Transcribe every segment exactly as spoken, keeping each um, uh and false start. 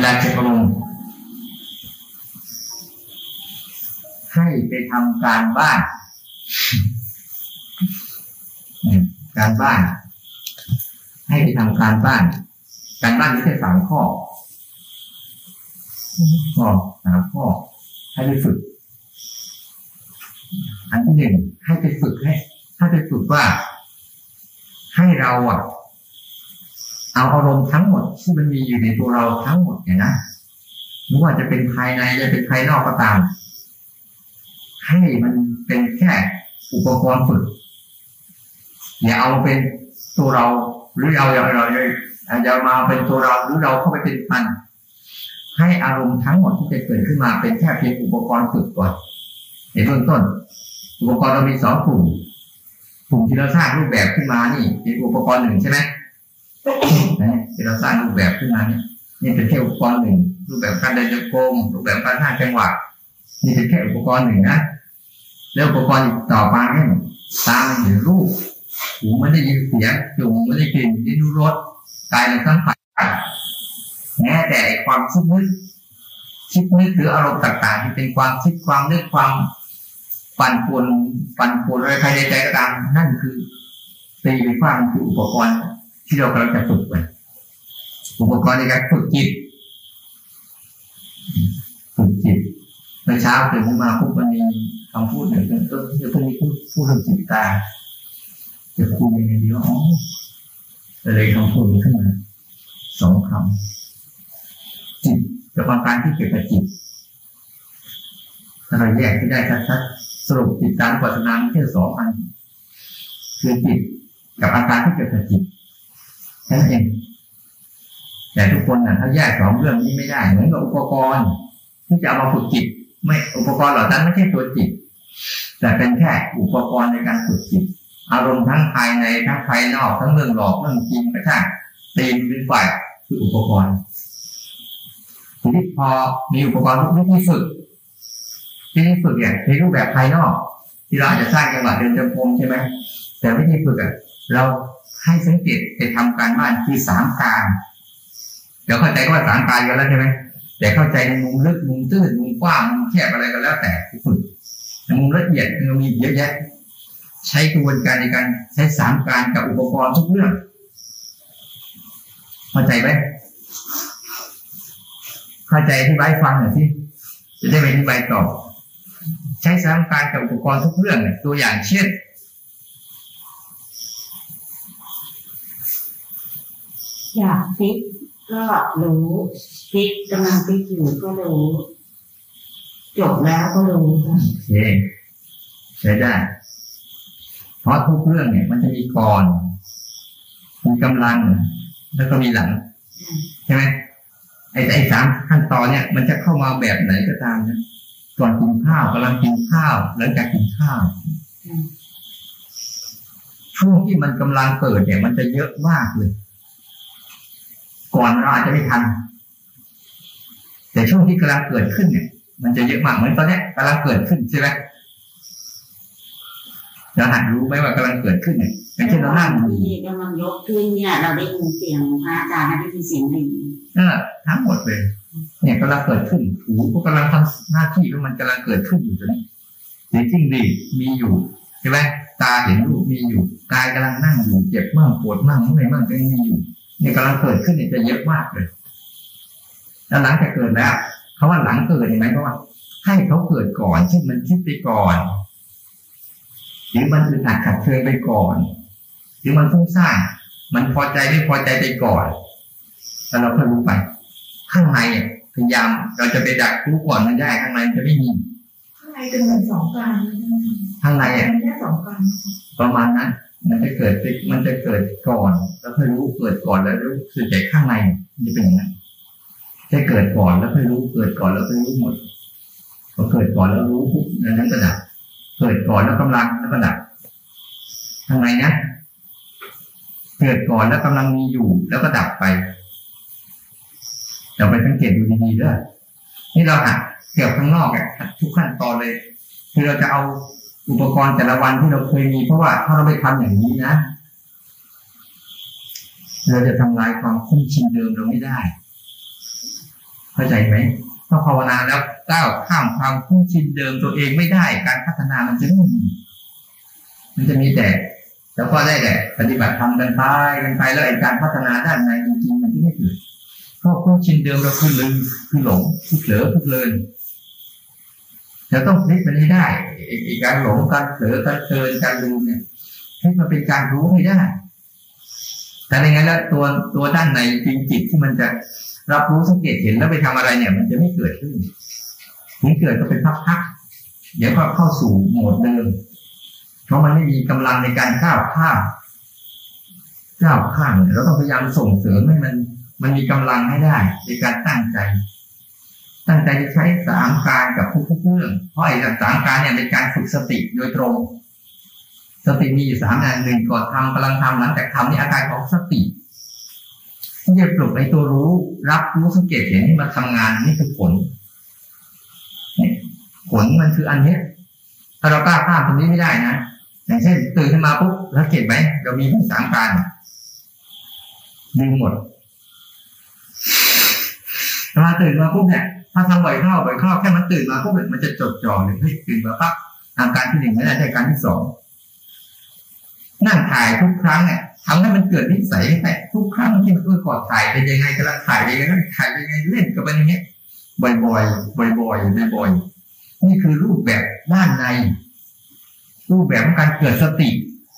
ลาเก็บอารมณ์ให้ไปทำการบ้านการบ้านให้ไปทำการบ้านการบ้านมีแค่สามข้อข้อสามข้อให้ไปฝึกอันที่หนึ่งให้ไปฝึกให้ให้ไปฝึกว่าให้เราอ่ะเอาอารมณ์ทั้งหมดที่มันมีอยู่ในตัวเราทั้งหมดเนี่ยนะไม่ว่าจะเป็นภายในจะเป็นภายนอกก็ตามให้มันเป็นแค่อุปกรณ์ฝึกอย่าเอาเป็นตัวเราหรือเราอย่าเราอย่ามาเป็นตัวเราหรือเราเข้าไปเป็นมันให้อารมณ์ทั้งหมดที่จะเกิดขึ้นมาเป็นแค่เพียงอุปกรณ์ฝึกก่อนในเบื้องต้นอุปกรณ์เรามีสองกลุ่มกลุ่มที่เราสร้างรูปแบบขึ้นมานี่เป็นอุปกรณ์หนึ่งใช่ไหมนะที่เราสร้างรูปแบบขึ้นมานี่นี่เป็นแค่อุปกรณ์หนึ่งรูปแบบการเดินจงกรมรูปแบบการสร้างจังหวะนี่เป็นแค่อุปกรณ์หนึ่งนะแล้วอุปกรณ์ต่อมาให้ตาเห็นรูปหูไม่ได้ยินเสียงจมูกไม่ได้กลิ่นลิ้นรู้รสกายมันสัมผัสแม้แต่ความคิดนึกคิดนึกหรืออารมณ์ต่างๆที่เป็นความคิดความนึกความปั่นป่วนปั่นป่วนอะไรใครในใจก็ตามนั่นคือตีไปว่ามันคืออุปกรณ์ที่เรากำลังจะฝึกไปอุปกรณ์ในการฝึกจิตฝึกจิตเมื่อเช้าตื่นขึ้นมาปุ๊บมันมีคำพูดหนึ่งต้นต้นที่พวกนี้พูดพูดเรื่องจิตตาจะพูดยังไงดีอ๋อเลยคำพูดขึ้นมาสองคำจิตกับอาการที่เกิดกับจิตถ้าเราแยกที่ได้ชัดๆสรุปจิตตานุปัสสนาแค่สองอันคือจิตกับอาการที่เกิดกับจิตแค่นั้นเองแต่ทุกคนน่ะถ้าแยกสองเรื่องนี้ไม่ได้เหมือนกับอุปกรณ์ที่จะเอามาฝึกจิตไม่อุปกรณ์เหล่านั้นไม่ใช่ตัวจิตแต่เป็นแค่อุปกรณ์ในการฝึกจิตอารมณ์ทั้งภายในทั้งภายนอกทั้งเรื่องหลอกเรื่องจริงกระทั่งตีนหรือฝ่ายคืออุปกรณ์ทีนี้พอมีอุปกรณ์ทุกที่ฝึกที่นี่ฝึกเนี่ยในรูปแบบภายนอกที่เราอาจจะสร้างจังหวะเดินจงกรมใช่ไหมแต่วิธีฝึกอ่ะเราให้สังเกตไปทำการบ้านคือสามการเดี๋ยวเข้าใจว่าสามการกันแล้วใช่ไหมแต่เข้าใจในมุมลึกมุมตื้นมุมกว้างมุมแคบอะไรก็แล้วแต่ที่ฝึกในมุมละเอียดเรามีเยอะแยะใช้กระบวนการในการใช้สามการกับอุปกรณ์ทุกเรื่องเข้าใจไหมเข้าใจที่ใบฟังหน่อยสิจะได้ไปที่ใบตอบใช้สามการกับอุปกรณ์ทุกเรื่องตัวอย่างเช่นอยากฟิกก็รู้ฟิกกำลังฟิกอยู่ก็รู้จบแล้วก็รู้ค่ะโอเคใช้ได้เพราะทุกเรื่องเนี่ยมันจะมีก่อนมีกำลังแล้วก็มีหลังใช่ไหมไอ้ไอ้สามขั้นตอนเนี่ยมันจะเข้ามาแบบไหนก็ตามนะก่อนกินข้าวกำลังกินข้าวหลังจากกินข้าวช่วงที่มันกำลังเกิดเนี่ยมันจะเยอะมากเลยก่อนเราอาจจะไม่ทันแต่ช่วงที่กำลังเกิดขึ้นเนี่ยมันจะเยอะมากเหมือนตอนนี้กำลังเกิดขึ้นใช่ไหมเราหัดรู้ไหมว่ากำลังเกิดขึ้นเนี่ยอย่างเช่นเรานั่งที่กำลังยกขึ้นเนี่ยเราได้ยินเสียงพระอาจารย์ได้ยินเสียงอะไรเออทั้งหมดเลยเนี่ยกำลังเกิดขึ้นหูก็กำลังทำหน้าที่แล้วมันกำลังเกิดขึ้นอยู่ตรงนี้เสียงจิ้งหรีดมีอยู่ใช่ไหมตาเห็นรูปมีอยู่กายกำลังนั่งอยู่เจ็บมากปวดมากเมื่อยมากก็มีอยู่เนี่ยกำลังเกิดขึ้นเนี่ยจะเยอะมากเลยแล้วหลังจากเกิดแล้วเขาว่าหลังเกิดเห็นไหมเพราะว่าให้เขาเกิดก่อนเช่นมันคิดไปก่อนหรือมันอึดอัดขัดเคืองไปก่อนหรือมันฟุ้งซ่านมันพอใจไม่พอใจไปก่อนแล้วเราค่อยรู้ไปข้างในพยายามเราจะไปดักรู้ก่อนมันได้ข้างในจะไม่มีข้างในจะเหมือนสองการข้างในอ่ะแค่สองการประมาณนั้นมันจะเกิดมันจะเกิดก่อนแล้วค่อยรู้เกิดก่อนแล้วรู้ส่วนใหญ่ข้างในมันจะเป็นอย่างนั้นจะเกิดก่อนแล้วค่อยรู้เกิดก่อนแล้วค่อยรู้หมดพอเกิดก่อนแล้วรู้ปุ๊บนั้นก็ดับเกิดก่อนแล้วกำลังแล้วก็ดับข้างในนะเกิดก่อนแล้วกำลังมีอยู่แล้วก็ดับไปเราไปสังเกตดูดีๆด้วยนี่เราหัดเกี่ยวข้างนอกอ่ะทุกขั้นตอนเลยคือเราจะเอาอุปกรณ์แต่ละวันที่เราเคยมีเพราะว่าถ้าเราไม่ทำอย่างนี้นะเราจะทำลายความคุ้นชินเดิมเราไม่ได้เข้าใจไหมพอภาวนาแล้วก้าวข้ามความคุ้นชินเดิมตัวเองไม่ได้การพัฒนามันจะไม่มีมันจะมีแต่แล้วก็ได้แต่ปฏิบัติธรรมกันไปกันไปแล้วไอ้การพัฒนาด้านในจริงๆมันจะไม่เกิดเพราะคุ้นชินเดิมเราคือลืมคือหลงคือเผลอคือเพลินเราต้องพลิกมันให้ได้ไอ้การหลงการเผลอการเพลินการลืมเนี่ยให้มันเป็นการรู้ให้ได้แต่ในงั้นแล้วตัวตัวด้านในจริงจิตที่มันจะรับรู้สังเกตเห็นแล้วไปทำอะไรเนี่ยมันจะไม่เกิดขึ้นถึงเกิดก็เป็นพักๆเดี๋ยวก็เข้าสู่โหมดเดิมเพราะมันไม่มีกำลังในการก้าวข้ามก้าวข้ามเราต้องพยายามส่งเสริมให้มันมันมีกำลังให้ได้ในการตั้งใจตั้งใจจะใช้สามการกับทุกๆเรื่องเพราะไอ้สามการเนี่ยเป็นการฝึกสติโดยตรงสติมีอยู่สามอย่างหนึ่งก่อนทำกำลังทำหลังจากทำนี่อาการของสติที่จะปลุกในตัวรู้รับรู้สังเกตเห็นที่มาทำงานนี่คือผลผลมันคืออันนี้ถ้าเรากล้าข้ามตรงนี้ไม่ได้นะอย่างเช่นตื่นขึ้นมาปุ๊บแล้วเก็บไหมเรามีทั้งสามการดึงหมดเวลาตื่นมาปุ๊บเนี่ยถ้าทำบ่อยเข้าบ่อยเข้าแค่มันตื่นมาปุ๊บมันจะจดจ่อเลยเฮ้ยตื่นมาปั๊บทำการที่หนึ่งไม่ได้ได้การที่สองนั่งถ่ายทุกครั้งเนี่ยทำให้มันเกิดนิสัยแต่ทุกครั้งที่มันเออกอดถ่ายเป็นยังไงกำลังถ่ายเป็นยังไงถ่ายเป็นยังไงเล่นกับมันอย่างเงี้ยบ่อยๆบ่อยๆบ่อยๆนี่คือรูปแบบด้านในรูปแบบของการเกิดสติ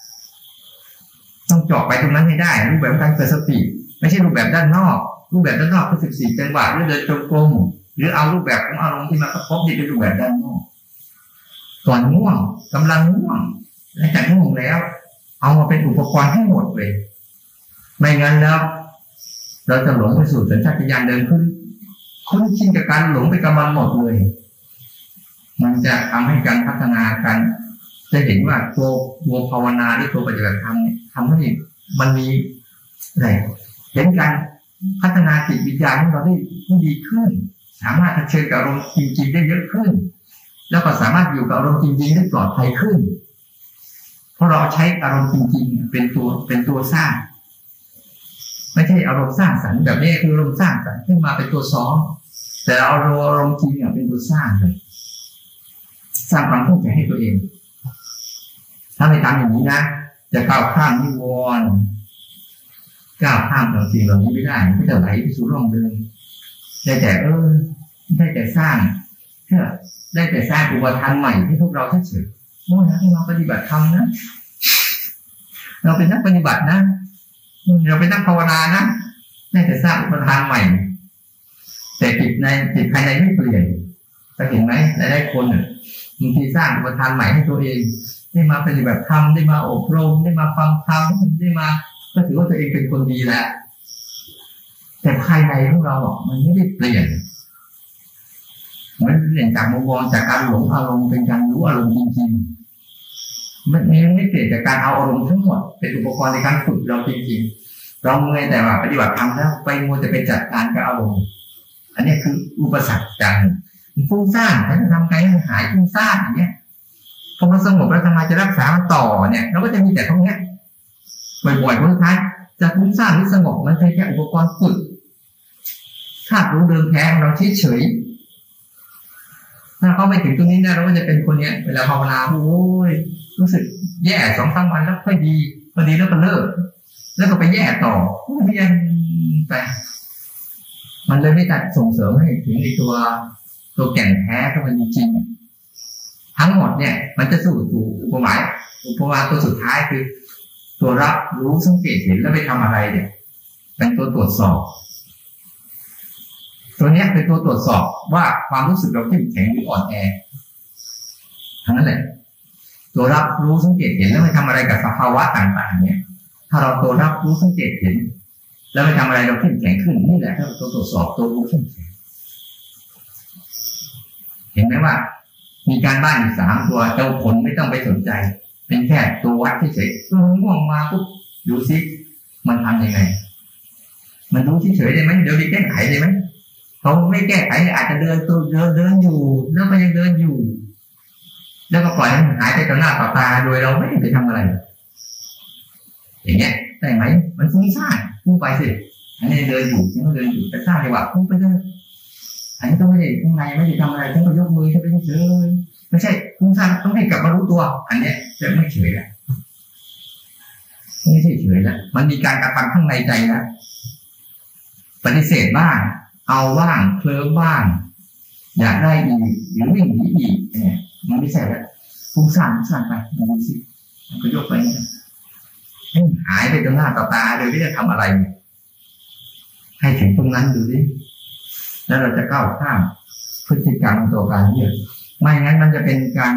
ต้องเจาะไปตรงนั้นให้ได้รูปแบบการเกิดสติไม่ใช่รูปแบบด้านนอกรูปแบบด้านนอกคือสิบสี่จังหวะหรือเดินจงกรมหรือเอารูปแบบของอารมณ์ที่มากระทบที่เป็นรูปแบบด้านนอกก่อนง่วงกำลังง่วงหลังจากง่วงแล้วเอามาเป็นอุปกรณ์ให้หมดเลยไม่งั้นแล้วเราจะหลงไปสู่สัญชาตญาณเดิมขึ้นคุ้นชินกับการหลงไปกับมันหมดเลยมันจะทำให้การพัฒนาการจะเห็นว่าตัวตัวภาวนาหรือตัวปฏิบัติธรรมทำให้มันมีอะไรเห็นการพัฒนาจิตวิญญาณของเราได้ดีขึ้นสามารถเผชิญกับอารมณ์จริงๆได้เยอะขึ้นแล้วก็สามารถอยู่กับอารมณ์จริงๆได้ปลอดภัยขึ้นเพราะเราใช้อารมณ์จริงๆเป็นตัวเป็นตัวสร้างไม่ใช่อารมณ์สร้างสรรค์แบบนี้คืออารมณ์สร้างสรรค์ขึ้นมาเป็นตัวซ้อมแต่เอาอารมณ์จริงเป็นตัวสร้างเลยสร้างความเข้าใจให้ตัวเองถ้าไม่ทำอย่างนี้นะจะก้าวข้ามนิวรณ์ก้าวข้ามต่างสิ่งเหล่านี้ไม่ได้ก็จะไหลไปสู่ร่องเดิมได้แต่เออได้แต่สร้างเพื่อได้แต่สร้างอุปทานใหม่ให้พวกเราเฉยๆโอ้นะที่เราปฏิบัติธรรมนะเราเป็นนักปฏิบัตินะเราเป็นนักภาวนานะได้แต่สร้างอุปทานใหม่แต่จิตในจิตภายในไม่เปลี่ยนจะเห็นไหมหลายๆคนบางทีสร้างอุปทานใหม่ให้ตัวเองได้มาปฏิบัติธรรมได้มาอบรมได้มาฟังธรรมได้มาก็ถือว่าตัวเองเป็นคนดีแล้วแต่ภายในของเราอ่ะมันไม่ได้เปลี่ยนมันเปลี่ยนจากมุมมองจากการหลงอารมณ์เป็นการรู้อารมณ์จริงๆมันไม่เปลี่ยนจากการเอาอารมณ์ทั้งหมดเป็นอุปกรณ์ในการฝึกเราจริงๆเราเมื่อแต่ว่าปฏิบัติธรรมแล้วไปมัวแต่ไปจัดการกับอารมณ์อันนี้คืออุปสรรคอย่างหนึ่งฟุ้งซ่านถ้าจะทำไงให้มันหายฟุ้งซ่านอย่างเงี้ยพอมันสงบแล้วทำไมจะรักษาต่อเนี่ยเราก็จะมีแต่ตรงเนี้ยบ่อยๆคนสุดท้ายจะฟุ้งซ่านหรือสงบมันแค่อุปกรณ์ฝึกถ้ารู้เดิมแท้เราเฉยๆถ้าเขาไม่ถึงตรงนี้นะเราก็จะเป็นคนเนี้ยเวลาภาวนาโอ้ยรู้สึกแย่สองสามวันแล้วค่อยดีพอดีแล้วก็เลิกแล้วก็ไปแย่ต่อเรียนไปมันเลยไม่ตัดส่งเสริมให้ถึงในตัวตัวแก่นแท้ที่มันจริงๆทั้งหมดเนี่ยมันจะสู่สู่อุปมาอุปมาตัวสุดท้ายคือตัวรับรู้สังเกตเห็นแล้วไปทำอะไรเนี่ยเป็นตัวตรวจสอบตัวนี้เป็นตัวตรวจสอบว่าความรู้สึกเราเข้มแข็งหรืออ่อนแอทั้งนั้นแหละตัวรับรู้สังเกตเห็นแล้วไปทำอะไรกับสภาวะต่างๆเนี่ยถ้าเราตัวรับรู้สังเกตเห็นแล้วไปทำอะไรเราเข้มแข็งขึ้นนี่แหละตัวตรวจสอบตัวรู้เข้มแข็งเห็นไหมว่ามีการบ้านอีกสามตัวเจ้าผลไม่ต้องไปสนใจเป็นแค่ตัววัดเฉยๆตัวง่วงมาปุ๊บดูซิมันทำยังไงมันรู้เฉยๆได้ไหมเดี๋ยวนี้แก้ไขได้ไหมเขาไม่แก้ไขอาจจะเดินตัวเดินเดินอยู่แล้วมันยังเดินอยู่แล้วก็ปล่อยให้มันหายไปต่อหน้าต่อตาโดยเราไม่ได้ไปทำอะไรอย่างเงี้ยได้ไหมมันฟุ้งซ่านฟุ้งไปสิอันนี้เดินอยู่ยังเดินอยู่แต่ซ่านจังหวะฟุ้งไปเลยอันนี้ต้องไม่ได้ข้างในไม่ได้ทำอะไรฉันก็ยกมือฉันไปเฉยไม่ใช่ฟุ้งซ่านต้องให้กลับมารู้ตัวอันเนี้ยจะไม่เฉยแล้วไม่ใช่เฉยแล้วมันมีการกระทำข้างในใจนะปฏิเสธบ้างเอาบ้างเคลิ้มบ้างอยากได้อีกหรือวิ่งหนีอีกเนี่ยมันไม่ใช่แล้วฟุ้งซ่านฟุ้งซ่านไปดูสิมันก็ยกไปเนี่ยให้หายไปตรงหน้าต่อตาโดยไม่ได้ทำอะไรให้ถึงตรงนั้นดูดิแล้วเราจะก้าวข้ามพฤติกรรมตัวการเยียดไม่งั้นมันจะเป็นการ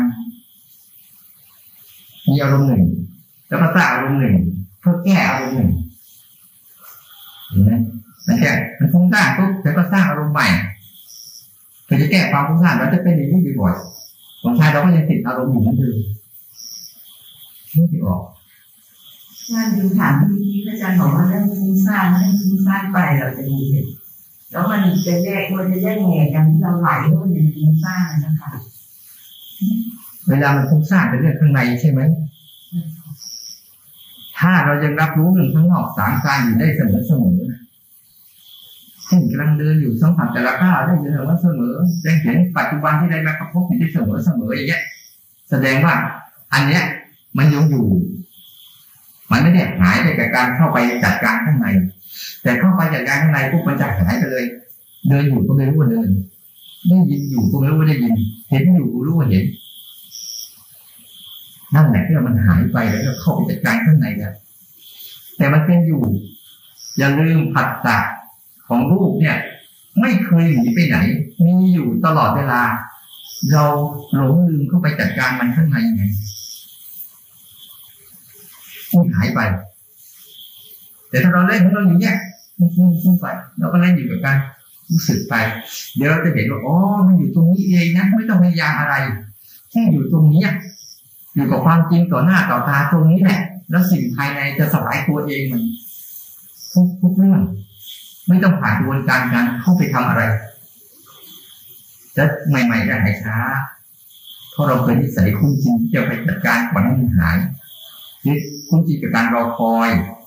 มีอารมณ์หนึ่งแล้วก็สร้างอารมณ์หนึ่งเพื่อแก้อารมณ์หนึ่งเห็นไหมมันแก้มันฟุ้งซ่านปุ๊บแล้วก็สร้างอารมณ์ใหม่เพื่อจะแก้ความฟุ้งซ่านเราจะเป็นอย่างนี้บ่อยๆบางทีเราก็ยังติดอารมณ์อยู่นั่นเองรู้ที่ออกงานดูถามที่อาจารย์บอกว่าเรื่องฟุ้งซ่านเรื่องฟุ้งซ่านไปเราจะดูเห็นแล้วมันจะแยกมันจะแยกแยกกันที่เราไหลว่ามันเป็นฟุ้งซ่านนะคะเวลามันฟุ้งซ่านเป็นเรื่องข้างในใช่ไหมถ้าเรายังรับรู้เรื่องข้างนอกสามการอยู่ได้เสมอเสมอเช่นกำลังเดินอยู่สัมผัสแต่ละก้าวได้เสมอเสมอยังเห็นปัจจุบันที่ได้มากระทบอยู่ได้เสมอเสมออย่างเงี้ยแสดงว่าอันเนี้ยมันยังอยู่มันไม่ได้หายไปกับการเข้าไปจัดการข้างในแต่เข้าไปจัดการข้างในปุ๊บมันจะหายไปเลยเดินอยู่ก็ไม่รู้ว่าเดินได้ยินอยู่ก็ไม่รู้ว่าได้ยินเห็นอยู่ก็รู้ว่าเห็นนั่นแหละที่มันหายไปแล้วก็เข้าไปจัดการข้างในแล้วแต่มันเป็นอยู่อย่าลืมผัสสะของรูปเนี่ยไม่เคยหนีไปไหนมีอยู่ตลอดเวลาเราหลงลืมเข้าไปจัดการมันข้างในไงมันหายไปแต่ถ้าเราเล่นของเราอย่างเงี้ยฟุ้งๆไปเราก็เล่นอยู่กับการรู้สึกไปเดี๋ยวเราจะเห็นว่าอ๋อมันอยู่ตรงนี้เองนะไม่ต้องพยายามอะไรแค่อยู่ตรงนี้อยู่กับความจริงต่อหน้าต่อตาตรงนี้แหละแล้วสิ่งภายในจะสลายตัวเองมันทุกทุกเรื่องไม่ต้องผ่านกระบวนการการเข้าไปทำอะไรจะใหม่ๆจะหายช้าเพราะเราเป็นนิสัยคุ้นชินที่จะไปจัดการก่อนให้มันหายนี่คุ้นชินกับการรอคอย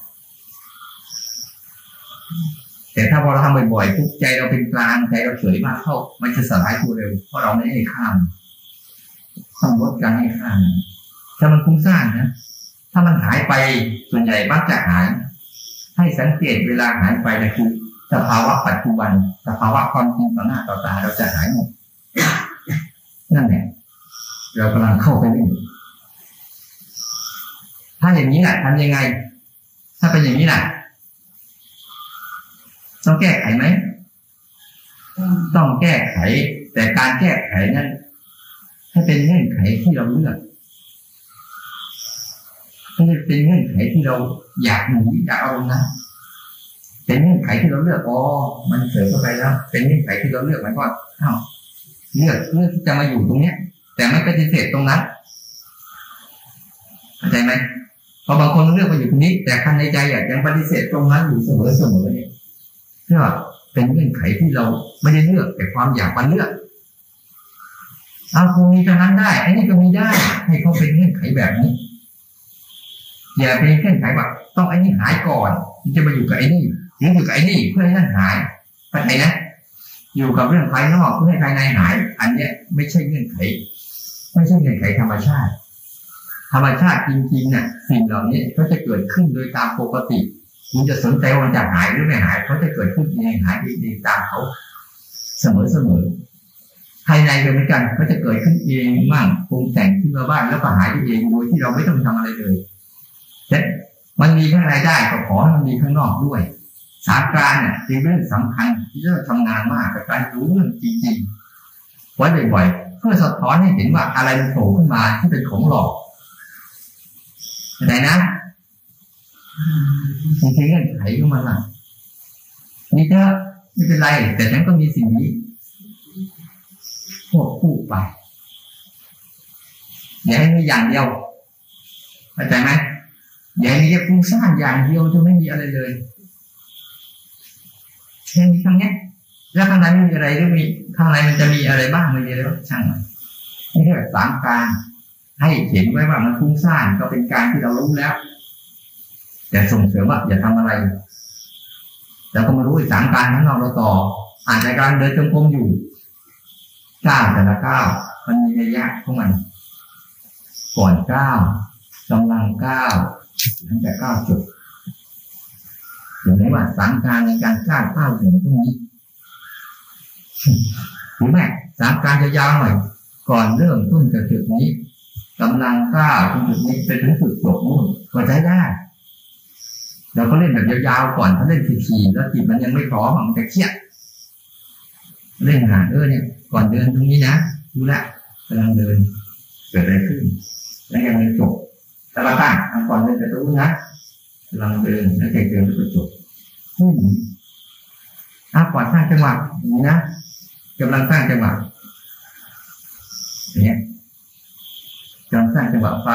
แต่ถ้าพอเราทำบ่อยๆปุ๊บใจเราเป็นกลางใจเราเฉยมากเข้ามันจะสลายตัวเร็วเพราะเราไม่ให้ข้ามต้องลดการให้ข้ามถ้ามันฟุ้งซ่านนะถ้ามันหายไปส่วนใหญ่มักจะหายให้สังเกตเวลาหายไปนะคือสภาวะปัจจุบันสภาวะความจริงต่อหน้าต่อตาเราจะหายหมดนั่นแหละเรากำลังเข้าไปเล่นถ้าอย่างนี้แหละทำยังไงถ้าเป็นอย่างนี้แหละต้องแก้ไขไหมต้องแก้ไขแต่การแก้ไขนั้นให้เป็นเงื่อนไขที่เราเลือกไม่ใช่เป็นเงื่อนไขที่เราอยากหนีอยากเอาลงนะเป็นเงื่อนไขที่เราเลือกอ๋อมันเกิดเข้าไปแล้วเป็นเงื่อนไขที่เราเลือกมันก็อ้าวเลือกเลือกที่จะมาอยู่ตรงเนี้ยแต่ไม่ปฏิเสธตรงนั้นเข้าใจไหมพอบางคนเลือกมาอยู่ตรงนี้แต่คันในใจอยากยังปฏิเสธตรงนั้นอยู่เสมอเสมอเนี่ยเพื่อเป็นเงื่อนไขที่เราไม่ได้เลือกแต่ความอยากมันเลือกเอาตรงนี้ตรงนั้นได้ไอ้นี่ก็มีได้ให้เขาเป็นเงื่อนไขแบบนี้อย่าเป็นเงื่อนไขว่าต้องไอ้นี่หายก่อนที่จะมาอยู่กับไอ้นี่หรืออยู่กับไอ้นี่เพื่อให้นั่นหายเข้าใจนะอยู่กับเรื่องภายนอกเพื่อให้ภายในหายอันเนี้ยไม่ใช่เงื่อนไขไม่ใช่เงื่อนไขธรรมชาติธรรมชาติจริงๆน่ะสิ่งเหล่านี้ก็จะเกิดขึ้นโดยตามปกติคุณจะสนใจว่ามันจะหายหรือไม่หายเขาจะเกิดขึ้นเองหายเองตามเขาเสมอเสมอภายในก็เหมือนกันก็จะเกิดขึ้นเองมั่งปรุงแต่งขึ้นมาบ้างแล้วก็หายไปเองโดยที่เราไม่ต้องทำอะไรเลยแต่มันมีข้างในได้ก็ขอให้มันมีข้างนอกด้วยสามการเนี่ยเป็นเรื่องสำคัญที่เราทำงานมากกับการรู้เรื่องจริงๆไว้บ่อยๆเพื่อสะท้อนให้เห็นว่าอะไรมันโผล่ขึ้นมาที่เป็นของหลอกอะไรนะจริงๆเงื่อนไขของมันล่ะนี่ก็ไม่เป็นไรแต่ฉันก็มีสิ่งนี้ควบคู่ไปอย่าให้มีอย่างเดียวเข้าใจไหมอย่าให้มีแค่ฟุ้งซ่านอย่างเดียวจะไม่มีอะไรเลยแค่นี้ครั้งนี้แล้วข้างในมีอะไรหรือมีข้างในมันจะมีอะไรบ้างไม่มีอะไรบ้างช่างมันนี่แค่สามการให้เห็นไว้ว่ามันฟุ้งซ่านก็เป็นการที่เรารู้แล้วอย่าส่งเสริมว่าอย่าทำอะไรแล้วก็มารู้อีกสามการนั้นเราเราต่ออาจจะกำลังเดินจงกรมอยู่ก้าวแต่ละก้าวมันมีระยะของมันก่อนก้าวกำลังก้าวหลังจากก้าวจบเห็นไหมว่าสามการในการก้าวก้าวถึงตรงนี้หรือแม้สามการจะยาวหน่อยก่อนเริ่มต้นจากจุดนี้กำลังก้าวถึงจุดนี้ไปถึงจุดจบนู่นก็ใช้ได้เราก็เล่นแบบยาวๆก่อนถ้าเล่นทีๆแล้วจิตมันยังไม่พร้อมมันจะเครียดเล่นหาเออเนี่ยก่อนเดินตรงนี้นะดูแลกำลังเดินเกิดอะไรขึ้นแล้วยังไม่จบแต่ละตั้งก่อนเดินจะรู้นะกำลังเดินแล้วใจเดินแล้วก็จบขึ้นอ่ะก่อนสร้างจังหวะนี่นะกำลังสร้างจังหวะอย่างเงี้ยกำลังสร้างจังหวะไป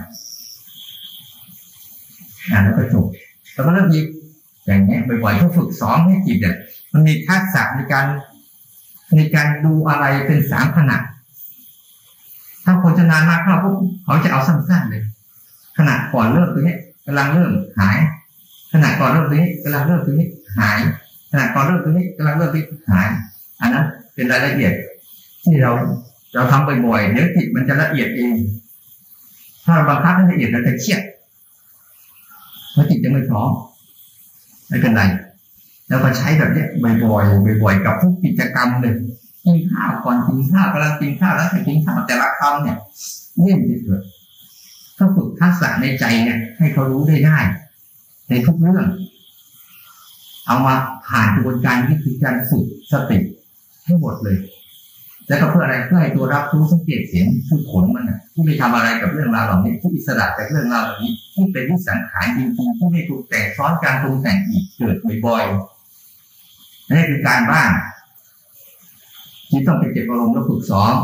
อ่าแล้วก็จบแล้วก็เริ่มอีกอย่างเงี้ยบ่อยๆก็ฝึกซ้อมให้จิตเนี่ยมันมีทักษะในการในการดูอะไรเป็นสามขณะถ้าคนชำนาญมากเขาเขาจะเอาสั้นๆเลยขณะก่อนเริ่มตรงนี้กำลังเริ่มหายขณะก่อนเริ่มตรงนี้กำลังเริ่มตรงนี้หายขณะก่อนเริ่มตรงนี้กำลังเริ่มตรงนี้หายอันนั้นเป็นรายละเอียดที่เราเราทำบ่อยๆเดี๋ยวจิตมันจะละเอียดเองถ้าเราบังคับให้ละเอียดเราจะเครียดเพราะจิตยังไม่พร้อมไม่เป็นไรแล้วก็ใช้แบบนี้บ่อยๆบ่อยๆกับทุกกิจกรรมเลยกินข้าวก่อนกินข้าวกำลังกินข้าวแล้วจะกินข้าวแต่ละคำเนี่ยเล่นไปเถอะก็ฝึกทักษะในใจเนี่ยให้เขารู้ได้ได้ในทุกเรื่องเอามาผ่านกระบวนการที่คือการฝึกสติให้หมดเลยแล้วก็เพื่ออะไรเพื่อให้ตัวรับรู้สังเกตเห็นคือผลมันที่ไม่ทำอะไรกับเรื่องราวเหล่านี้ที่อิสระจากเรื่องราวเหล่านี้ที่เป็นวิสังขารจริงๆที่ไม่ถูกแต่งซ้อนการปรุงแต่งอีกเกิดบ่อยๆนี่คือการบ้านที่ต้องไปเก็บอารมณ์แล้วฝึกซ้อม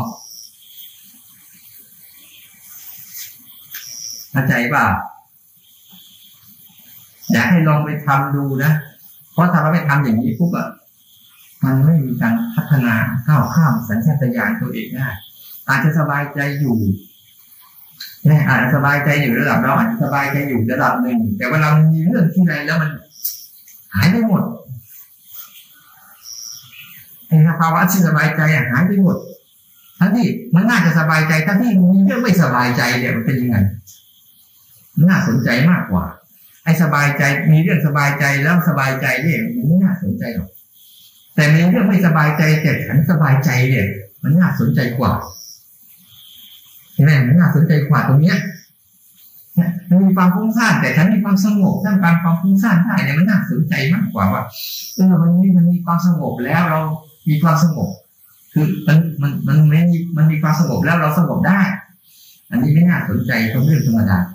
เข้าใจป่ะอยากให้ลองไปทำดูนะเพราะถ้าเราไปทำอย่างนี้ปุ๊บอะมันไม่มีการพัฒนาก้าวข้ามสัญชาตญาณตัวเองได้อาจจะสบายใจอยู่เนี่ยอาจจะสบายใจอยู่ระดับเราอาจจะสบายใจอยู่ระดับหนึ่งแต่เวลามันมีเรื่องที่ใดแล้วมันหายไปหมดไอ้ภาวะที่สบายใจหายไปหมดทั้งที่มันน่าจะสบายใจทั้งที่มีเรื่องไม่สบายใจเนี่ยมันเป็นยังไงมันน่าสนใจมากกว่าไอ้สบายใจมีเรื่องสบายใจแล้วสบายใจเนี่ยมันไม่น่าสนใจหรอกแต่มีเรื่องไม่สบายใจแต่ฉันสบายใจเนี่ยมันน่าสนใจกว่าใช่ไหมมันน่าสนใจกว่าตรงเนี้ยมันมีความฟุ้งซ่านแต่ฉันมีความสงบท่ามกลางความฟุ้งซ่านได้เนี่ยมันน่าสนใจมากกว่าว่าเออมันมีมันมีความสงบแล้วเรามีความสงบคือมันมันมันไม่มีมันมีความสงบแล้วเราสงบได้อันนี้ไม่น่าสนใจตรงเรื่องธรรมดา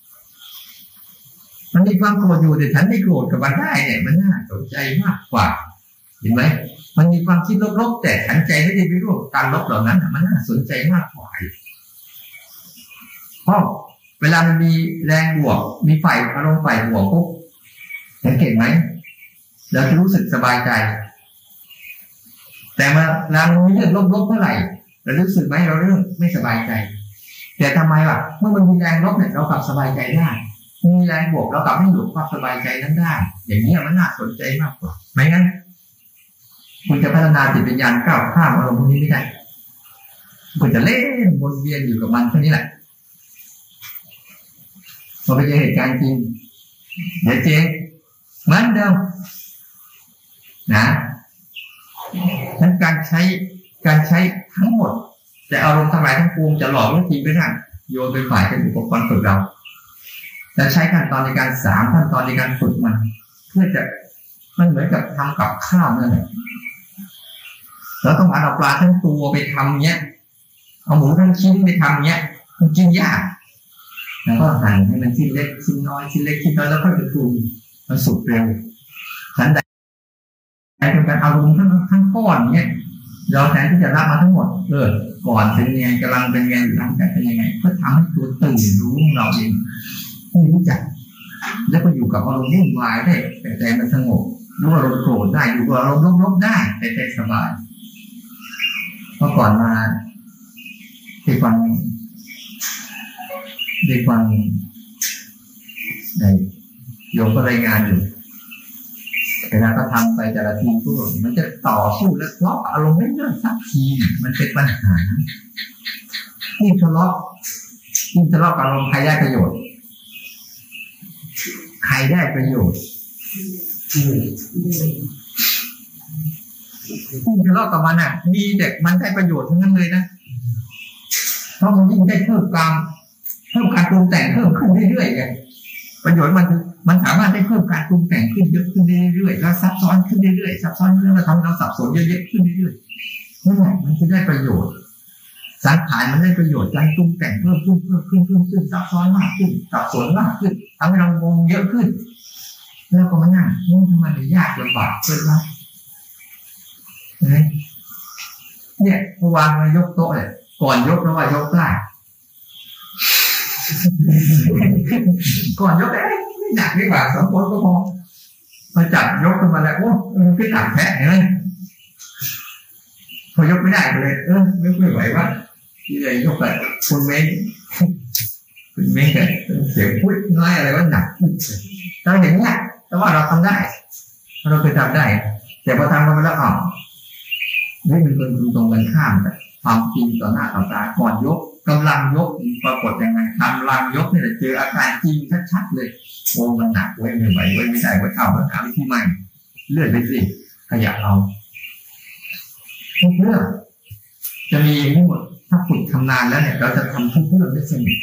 มันมีความโกรธอยู่แต่ฉันไม่โกรธกับมันได้เนี่ยมันน่าสนใจมากกว่าเห็นไหมมันมีความคิดลบๆแต่ฉันใจไม่ได้ไปร่วมการลบเหล่านั้นมันน่าสนใจมากกว่าเพราะเวลามันมีแรงบวกมีฝ่ายอารมณ์ฝ่ายบวกปุ๊บสังเกตไหมเราจะรู้สึกสบายใจแต่เมื่อเรามีเรื่องลบๆเท่าไหร่เรารู้สึกไหมเราเรื่องไม่สบายใจแต่ทำไมล่ะเมื่อมันมีแรงลบเนี่ยเรากลับสบายใจได้มีแรงบวกเรากลับให้หลุดความสบายใจนั้นได้อย่างนี้มันน่าสนใจมากกว่าไม่งั้นคุณจะพัฒนาจิตวิญญาณก้าวข้ามอารมณ์พวกนี้ไม่ได้คุณจะเล่นวนเวียนอยู่กับมันแค่นี้แหละพอไปเจอเหตุการณ์จริงเดี๋ยวเจ๊งเหมือนเดิมนะนั้นการใช้การใช้ทั้งหมดแต่อารมณ์ทั้งหลายทั้งปวงจะหลอกและทิ้งไปได้โยนไปฝ่ายเป็นอุปกรณ์ฝึกเราจะใช้ขั้นตอนในการสามขั้นตอนในการฝึกมันเพื่อจะมันเหมือนกับทำกับข้าวนั่นแหละเราต้องเอาปลาทั้งตัวไปทำเนี้ยเอาหมูทั้งชิ้นไปทำเนี้ยมันกินยากแล้วก็หั่นให้มันชิ้นเล็กชิ้นน้อยชิ้นเล็กชิ้นน้อยแล้วค่อยไปปรุงมันสุกเร็วฉันใดเป็นการเอาลงทั้งทั้งก้อนเนี้ยเราแทนที่จะรับมาทั้งหมดเออก่อนเป็นยังไงกำลังเป็นยังไงหลังจากเป็นยังไงเพื่อทำให้ตัวตื่นรู้เราเองให้รู้จักแล้วก็อยู่กับอารมณ์วุ่นวายได้แต่ใจมันสงบรู้อารมณ์โกรธได้อยู่กับอารมณ์ลบๆได้แต่ใจสบายเมื่อก่อนมาได้ฟังได้ฟังในโยมก็รายงานอยู่เวลาก็ทำไปแต่ละทีก็มันจะต่อสู้และทะเลาะอารมณ์ไม่เลิกสักทีมันเป็นปัญหายิ่งทะเลาะยิ่งทะเลาะกับอารมณ์ใครได้ประโยชน์ใครได้ประโยชน์ยิ่งทะเลาะกับมันอ่ะมีแต่มันได้ประโยชน์ทั้งนั้นเลยนะเพราะมันยิ่งได้เพิ่มการเพิ่มการปรุงแต่งเพิ่มขึ้นเรื่อยๆไงประโยชน์มันมันสามารถได้เพิ่มการปรุงแต่งขึ้นเยอะขึ้นเรื่อยๆแล้วซับซ้อนขึ้นเรื่อยๆซับซ้อนเรื่อยๆแล้วทำให้เราสับสนเยอะๆขึ้นเรื่อยๆนั่นแหละมันจะได้ประโยชน์สังขารมันได้ประโยชน์การปรุงแต่งเพิ่มขึ้นเพิ่มขึ้นเพิ่มขึ้นซับซ้อนมากขึ้นสับสนมากขึ้นทำให้เรางงเยอะขึ้นแล้วก็มานั่งงงทำไมมันยากลำบากเกินไปเนี่ยเมื่อวานมายกโต๊ะเนี่ยก่อนยกแล้วว่ายกได้ก่อนยกได้ไม่หนักดีกว่าสองคนก็พอมาจับยกขึ้นมาแล้วโอ้มันก็หนักแท้เลยพอยกไม่ได้เลยเออยกไม่ไหววะที่เลยยกไปคุณเม้งคุณเม้งแต่เสียงพูดน้อยอะไรว่าหนักเราเห็นเนี่ยแต่ว่าเราทำได้เราเคยทำได้แต่พอทำมาแล้วอ๋อไม่มีคนตรงกันข้ามแต่ความจริงต่อหน้าต่อตาก่อนยกกำลังยกปรากฏยังไงกำลังยกนี่แหละเจออาการจริงชัดๆเลยโอ้มันหนักไว้ไม่ไหวไว้ไม่ได้ไว้เอาแล้วหาวิธีใหม่เลื่อนไปสิขยับเราทุกเรื่องจะมีทั้งหมดถ้าฝึกทำนานแล้วเนี่ยเราจะทำทุกเรื่องได้สนิท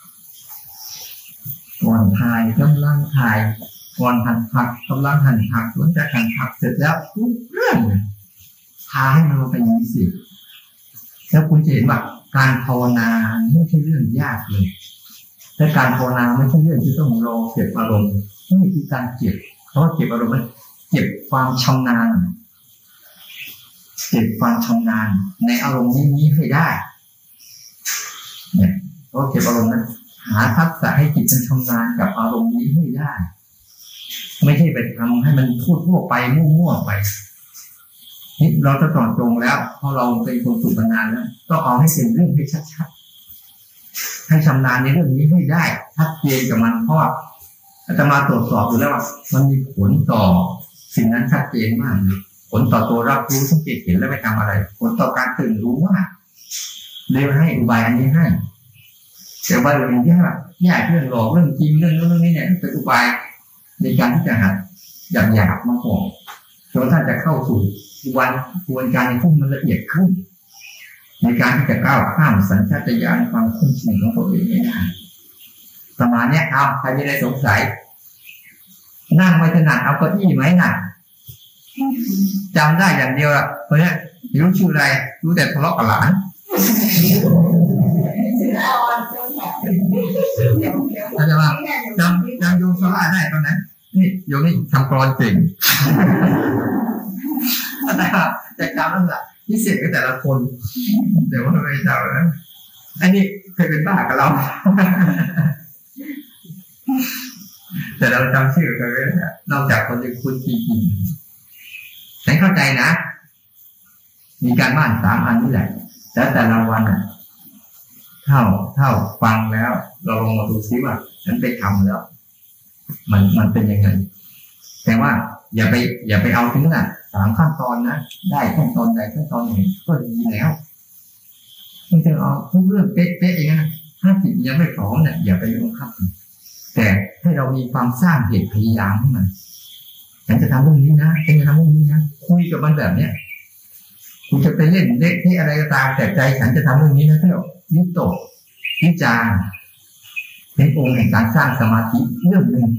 ก่อนถ่ายกำลังถ่ายก่อนหั่นผักกำลังหั่นผักหลังจากหั่นผักเสร็จแล้วทุกเรื่องพาให้มันเป็นอย่างนี้สิแล้วคุณจะเห็นว่าการภาวนาไม่ใช่เรื่องยากเลยแต่การภาวนาไม่ใช่เรื่องที่ต้องรอเก็บอารมณ์นี่คือการเก็บเพราะว่าเก็บอารมณ์มันเก็บความชำนาญเก็บความชำนาญในอารมณ์นี้ให้ได้เนี่ยเพราะเก็บอารมณ์นั้นหาทักษะให้จิตมันชำนาญกับอารมณ์นี้ให้ได้ไม่ใช่ไปทำให้มันพูดทั่วไปมั่วๆไปนี่เราจะต่อตรงแล้วพอเราเป็นคนฝึกมานานแล้วก็เอาให้เป็นเรื่องให้ชัดๆให้ชำนาญในเรื่องนี้ให้ได้ชัดเจนกับมันเพราะอาตมาตรวจสอบดูแล้วว่ามันมีผลต่อสิ่งนั้นชัดเจนมากผลต่อตัวรับรู้สังเกตเห็นแล้วไม่ทำอะไรผลต่อการตื่นรู้มากเลยให้อุบายอันนี้ให้แต่ว่าเรื่องที่ว่าแยกเรื่องหลอกเรื่องจริงเรื่องนู้นเรื่องนี้เนี่ยเป็นอุบายในการที่จะหัดหยาบๆมาก่อนจนท่านจะเข้าสู่วันกระบวนการในพุ่งมันละเอียดขึ้นในการที่จะก้าวข้ามสัญชาตญาณความคุ้นชินของตัวเองได้ประมาณนี้เอาใครมีอะไรสงสัยนั่งไม่ถนัดเอาเก้าอี้ไหมน่ะจำได้อย่างเดียวละเพราะเนี้ยรู้ชื่ออะไรรู้แต่ทะเลาะกับหลานอาจารย์ว่าจำจำโยมสลาได้ตอนนั้นนี่โยมนี่ทำกรอนเก่งนะครับแต่จำนั่นแหละพิเศษกับแต่ละคนเดี๋ยวว่าไม่จำนะอันนี้เคยเป็นบ้ากับเราแต่เราจำชื่อกันไว้แล้วนอกจากคนที่คุ้นจริงๆฉันเข้าใจนะมีการบ้านสามอันนี่แหละแต่แต่ละวันอ่ะเท่าเท่าฟังแล้วเราลองมาดูซิว่าฉันไปทำแล้วมันมันเป็นยังไงแต่ว่าอย่าไปอย่าไปเอาถึงน่ะสามขั้นตอนนะได้ขั้นตอนใดขั้นตอนหนึ่งก็ดีแล้วไม่ต้องเอาทุกเรื่องเป๊ะๆอย่างนั้นถ้าจิตยังไม่พร้อมเนี่ยอย่าไปบังคับแต่ให้เรามีความสร้างเหตุพยายามให้มันฉันจะทำเรื่องนี้นะฉันจะทำเรื่องนี้นะคุยกับมันแบบเนี้ยคุณจะไปเล่นเละที่อะไรก็ตามแต่ใจฉันจะทำเรื่องนี้นะเท่ายึดโตวิจารเป็นองค์แห่งการสร้างสมาธิเรื่องหนึ่ง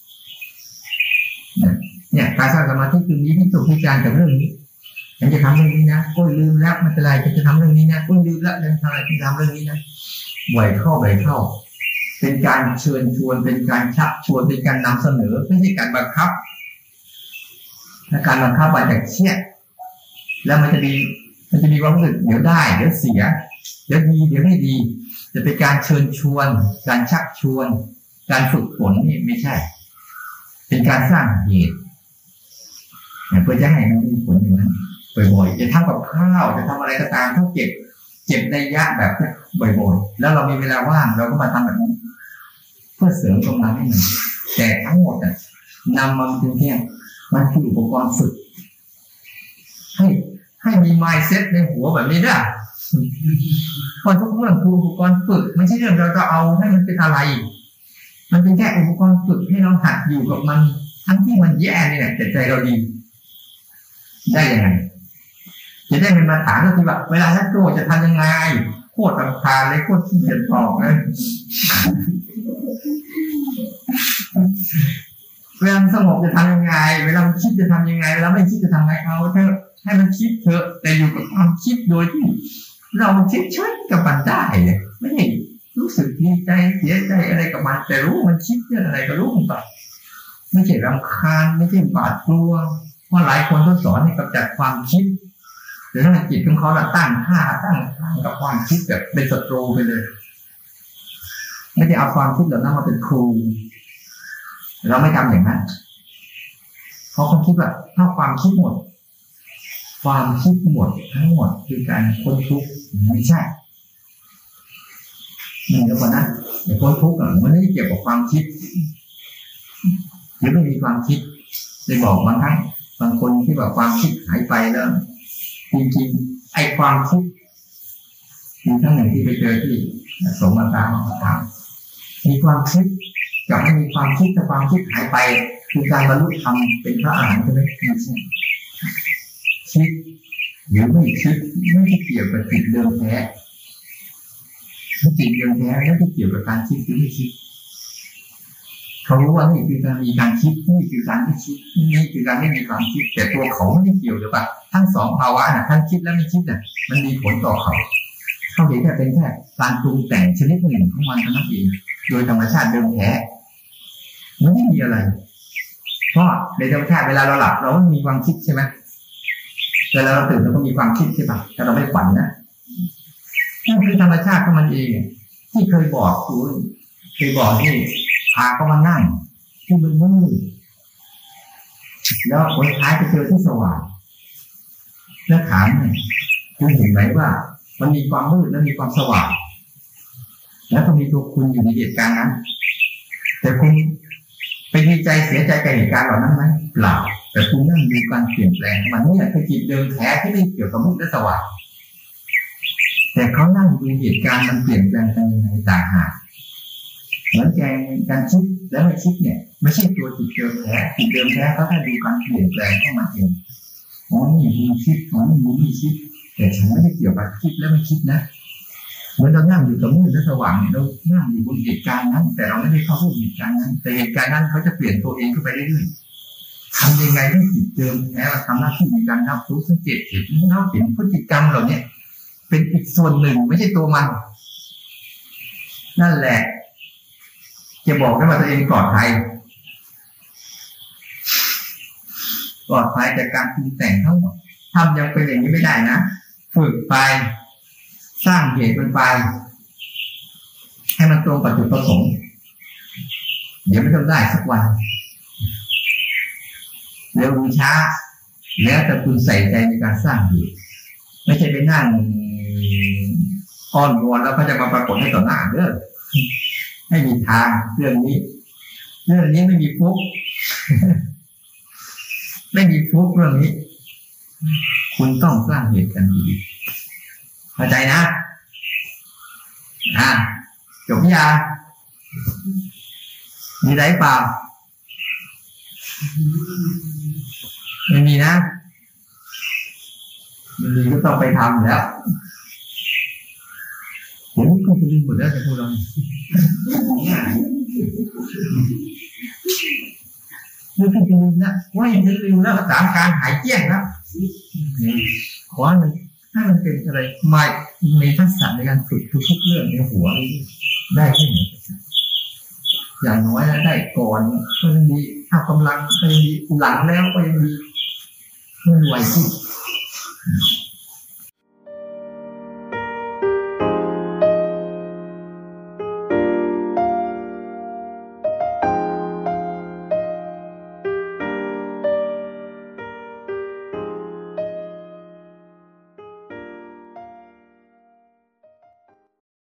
เนี่ยการสร้างสมาธิคือมีวิตกวิจารกับเรื่องนี้ฉันจะทำเรื่องนี้นะก็ลืมแล้วไม่เป็นไรฉันจะทำเรื่องนี้นะก็ลืมแล้วฉันทำอะไรฉันทำเรื่องนี้นะบ่อยเข้าบ่อยเข้าเป็นการเชิญชวนเป็นการชักชวนเป็นการนำเสนอไม่ใช่การบังคับถ้าการบังคับมาจากเครียดแล้วมันจะมีมันจะมีความรู้สึกเดี๋ยวได้เดี๋ยวเสียเดี๋ยวดีเดี๋ยวไม่ดีจะเป็นการเชิญชวนการชักชวนการฝึกฝนนี่ไม่ใช่เป็นการสร้างเหตุเพื่อจะให้มันมีผลอย่างนั้นบ่อยๆจะทำกับข้าวจะทำอะไรก็ตามต้องเก็บเก็บในยะแบบบ่อยๆแล้วเรามีเวลาว่างเราก็มาทำแบบนี้เพื่อเสริมตรงนั้นให้มันแต่ทั้งหมดน่ะนำมาเป็นเพียงมันคืออุปกรณ์ฝึกให้ให้มี mindset ในหัวแบบนี้นะเพราะทุกเรื่องคืออุปกรณ์ฝึกไม่ใช่เรื่องเราจะเอาให้มันเป็นอะไรมันเป็นแค่อุปกรณ์ฝึกให้เราหัดอยู่กับมันทั้งที่มันแย่เนี่ยแต่ใจเราดีได้ยังไงจะได้เป็นมาถามก็คือว่าเวลานักโทษจะทำยังไงโคตรรำคาญเลยโคตรขี้เกียจตอบเลยเวลาสงบจะทำยังไงเวลาคิดจะทำยังไงเวลาไม่คิดจะทำไงเอาเถอะให้มันคิดเถอะแต่อยู่กับความคิดโดยที่เราเฉยๆกับมันได้เลยไม่ได้รู้สึกดีใจเสียใจอะไรกับมันแต่รู้มันคิดเรื่องอะไรก็รู้มันไปไม่ใช่รำคาญไม่ใช่บาดกลัวเพราะหลายคนเขาสอนให้กำจัดความคิดแต่ถ้าจิตของเขาเราตั้งค่าตั้งค่ากับความคิดแบบเป็นศัตรูไปเลยไม่ได้เอาความคิดเหล่านั้นมาเป็นครูเราไม่ทำอย่างนั้นเพราะเขาคิดว่าถ้าความคิดหมดความคิดหมดทั้งหมดคือการพ้นทุกข์ไม่ใช่นี่แล้วก่อนนะในพ้นทุกข์มันไม่ได้เกี่ยวกับความคิดหรือไม่มีความคิดได้บอกบางครั้งบางคนที่แบบความคิดหายไปแล้วจริงๆไอ้ความคิดมีทั้งหนึ่งที่ไปเจอที่สมมาตามมาถามมีความคิดกับไม่มีความคิดแต่ความคิดหายไปคือการบรรลุธรรมเป็นพระอรหันต์ใช่ไหมไม่ใช่คิดหรือไม่คิดไม่ได้เกี่ยวกับจิตเดิมแท้ไม่จิตเดิมแท้ไม่ได้เกี่ยวกับการคิดหรือไม่คิดเขารู้ว่านี่คือการมีการคิดนี่คือการไม่คิดนี่คือการไม่มีความคิดแต่ตัวเขาไม่ได้เกี่ยวหรือเปล่าทั้งสองภาวะน่ะทั้งคิดและไม่คิดน่ะมันมีผลต่อเขาเขาเห็นแค่เป็นแค่การปรุงแต่งชนิดหนึ่งของมันเท่านั้นเองโดยธรรมชาติเดิมแท้ไม่ได้มีอะไรเพราะในธรรมชาติเวลาเราหลับเราไม่มีความคิดใช่ไหมเวลาเราตื่นเราก็มีความคิดใช่ป่ะแต่เราไม่ฝันนะนั่นคือธรรมชาติของมันเองที่เคยบอกคุณเคยบอกที่พาเขามานั่งที่มันมืดแล้วคนท้ายไปเจอที่สว่างแล้วถามเนี่ยคุณเห็นไหมว่ามันมีความมืดและมีความสว่างแล้วก็มีตัวคุณอยู่ในเหตุการณ์นั้นแต่คุณไปดีใจเสียใจกับเหตุการณ์เหล่านั้นไหมเปล่าแต่คุณนั่งดูการเปลี่ยนแปลงมันเนี่ยคือจิตเดิมแท้ที่ไม่เกี่ยวกับมืดและสว่างแต่เขานั่งดูเหตุการณ์มันเปลี่ยนแปลงไปยังไงต่างหากเหมือนแกการคิดและไม่คิดเนี่ยไม่ใช่ตัวจิตเดิมแท้จิตเดิมแท้เขาแค่ดูการเปลี่ยนแปลงเข้ามาเองอ๋อนี่มึงคิดอ๋อนี่มึงไม่คิดแต่ฉันไม่ได้เกี่ยวกับคิดและไม่คิดนะเหมือนเรานั่งอยู่กับมืดและสว่างเนี่ยเรานั่งอยู่บนเหตุการณ์นั้นแต่เราไม่ได้เข้าร่วมเหตุการณ์นั้นแต่เหตุการณ์นั้นเขาจะเปลี่ยนตัวเองเข้าไปเรื่อยๆทำยังไงให้จิตเดิมแท้เราทำหน้าที่ในการรับรู้สังเกตเห็นเราเห็นพฤติกรรมเหล่านี้เป็นอีกส่วนหนึ่งไม่ใช่ตัวมันนั่นแหละจะบอกได้ว่าตัวเองปลอดภัยปลอดภัยจากการปรุงแต่งทั้งหมดทำยังเป็นอย่างนี้ไม่ได้นะฝึกไปสร้างเหตุมันไปให้มันตรงกับจุดประสงค์เดี๋ยวไม่ต้องได้สักวันเร็วหรือช้าแล้วแต่คุณใส่ใจในการสร้างเหตุไม่ใช่ไปนั่งอ้อนวอนแล้วก็จะมาปรากฏให้ต่อหน้าเด้อไม่มีทางเรื่องนี้เรื่องนี้ไม่มีฟุกไม่มีฟุกเรื่องนี้คุณต้องสร้างเหตุกันดีเข้าใจนะอ่าจบยามีไรเปล่าไม่มีนะมันมีก็ต้องไปทำแล้วเดี๋ยวก็ไปลืมหมดแล้วแต่พวกเราเนี่ยลืมก็ลืมนะว่าอย่างนี้ลืมแล้วสามการหายเกลี้ยงแล้วขอให้มันถ้ามันเป็นอะไรมาในทักษะในการฝึกทุกๆเรื่องในหัวได้แค่ไหนอย่างน้อยแล้วได้ก่อนก็ยังดีถ้ากำลังก็ยังดีหลังแล้วก็ยังดีเมื่อไหวที่